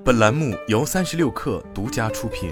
本栏目由36氪独家出品。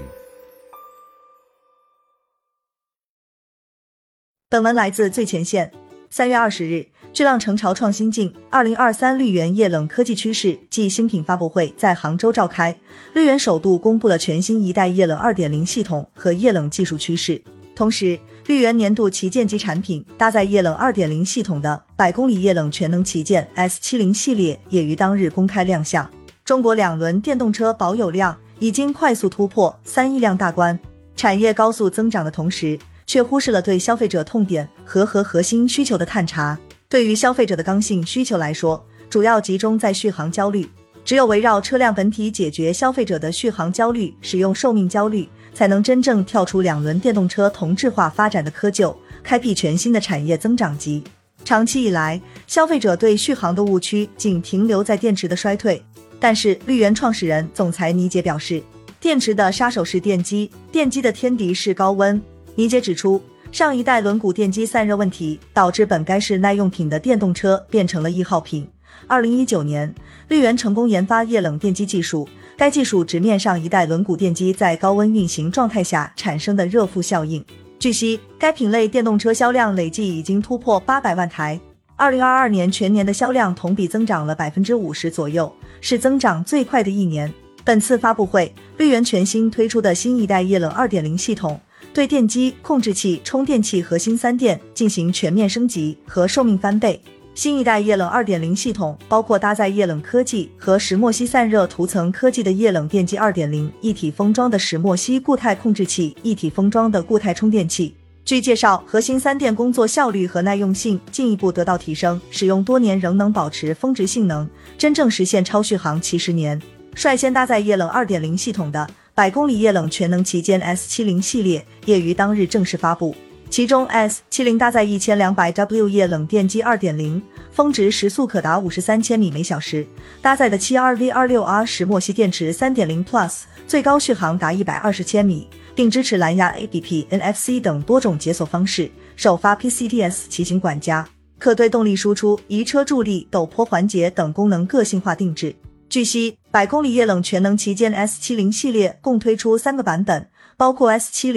本文来自最前线。3月20日，巨浪成潮创新镜2023绿源液冷科技趋势暨新品发布会在杭州召开，绿源首度公布了全新一代液冷 2.0 系统和液冷技术趋势。同时，绿源年度旗舰级产品搭载液冷 2.0 系统的100公里液冷全能旗舰 S70 系列也于当日公开亮相。中国两轮电动车保有量已经快速突破3亿辆大关，产业高速增长的同时，却忽视了对消费者痛点和核心需求的探查。对于消费者的刚性需求来说，主要集中在续航焦虑，只有围绕车辆本体解决消费者的续航焦虑、使用寿命焦虑，才能真正跳出两轮电动车同质化发展的窠臼，开辟全新的产业增长极。长期以来，消费者对续航的误区仅停留在电池的衰退，但是绿源创始人总裁倪杰表示，电池的杀手是电机，电机的天敌是高温。倪杰指出，上一代轮毂电机散热问题导致本该是耐用品的电动车变成了易耗品。2019年，绿源成功研发液冷电机技术，该技术直面上一代轮毂电机在高温运行状态下产生的热负效应。据悉，该品类电动车销量累计已经突破800万台，2022年全年的销量同比增长了 50% 左右，是增长最快的一年。本次发布会，绿源全新推出的新一代液冷 2.0 系统对电机、控制器、充电器核心3电进行全面升级和寿命翻倍。新一代液冷 2.0 系统包括搭载液冷科技和石墨烯散热涂层科技的液冷电机 2.0， 一体封装的石墨烯固态控制器，一体封装的固态充电器。据介绍，核心3电工作效率和耐用性进一步得到提升，使用多年仍能保持峰值性能，真正实现超续航期10年。率先搭载液冷 2.0 系统的100公里液冷全能旗舰 S70 系列也于当日正式发布，其中 S70 搭载 1200W 液冷电机 2.0， 峰值时速可达53千米每小时，搭载的 72V26R 石墨烯电池 3.0 Plus 最高续航达120千米，并支持蓝牙 APP、NFC 等多种解锁方式，首发 PCTS 骑行管家，可对动力输出、移车助力、陡坡缓解等功能个性化定制。据悉，100公里液冷全能旗舰 S70 系列共推出3个版本，包括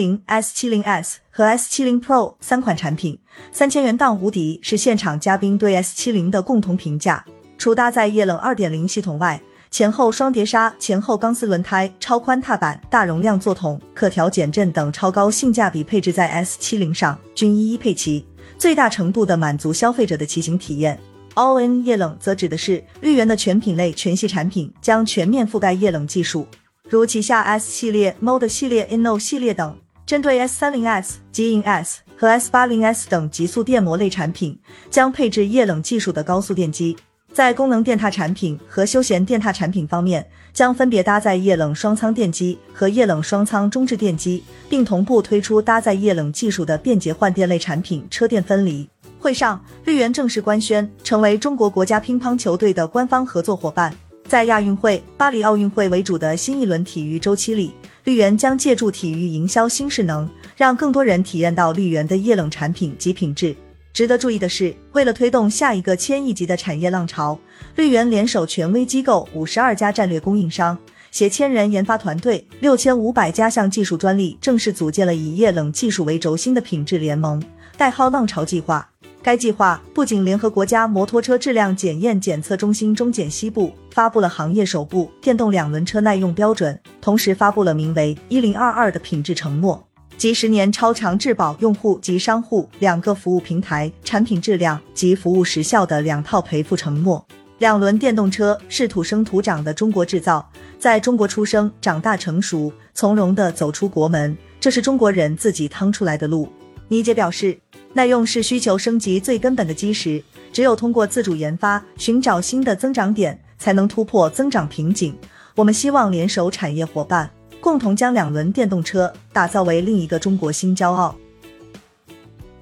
S70、S70S 和 S70 Pro 3款产品，3000元档无敌是现场嘉宾对 S70 的共同评价。除搭载液冷 2.0 系统外，前后双碟刹、前后钢丝轮胎、超宽踏板、大容量座筒、可调减震等超高性价比配置在 S70 上，均一一配齐，最大程度地满足消费者的骑行体验。All-in 液冷则指的是绿源的全品类全系产品将全面覆盖液冷技术，如旗下 S 系列、Mode 系列、Inno 系列等，针对 S30S、极银 S 和 S80S 等极速电摩类产品，将配置液冷技术的高速电机。在功能电踏产品和休闲电踏产品方面，将分别搭载液冷双仓电机和液冷双仓中置电机，并同步推出搭载液冷技术的便捷换电类产品车电分离。会上，绿源正式官宣成为中国国家乒乓球队的官方合作伙伴。在亚运会、巴黎奥运会为主的新一轮体育周期里，绿源将借助体育营销新势能，让更多人体验到绿源的液冷产品及品质。值得注意的是，为了推动下一个1000亿级的产业浪潮，绿源联手权威机构52家战略供应商，携1000人研发团队、6500家项技术专利，正式组建了以液冷技术为轴心的品质联盟，代号浪潮计划。该计划不仅联合国家摩托车质量检验检测中心中检西部发布了行业首部电动两轮车耐用标准，同时发布了名为1022的品质承诺，即10年超长质保用户及商户2个服务平台产品质量及服务时效的2套赔付承诺。两轮电动车是土生土长的中国制造，在中国出生长大成熟，从容地走出国门，这是中国人自己趟出来的路。倪杰表示，耐用是需求升级最根本的基石，只有通过自主研发，寻找新的增长点，才能突破增长瓶颈。我们希望联手产业伙伴，共同将两轮电动车打造为另一个中国新骄傲。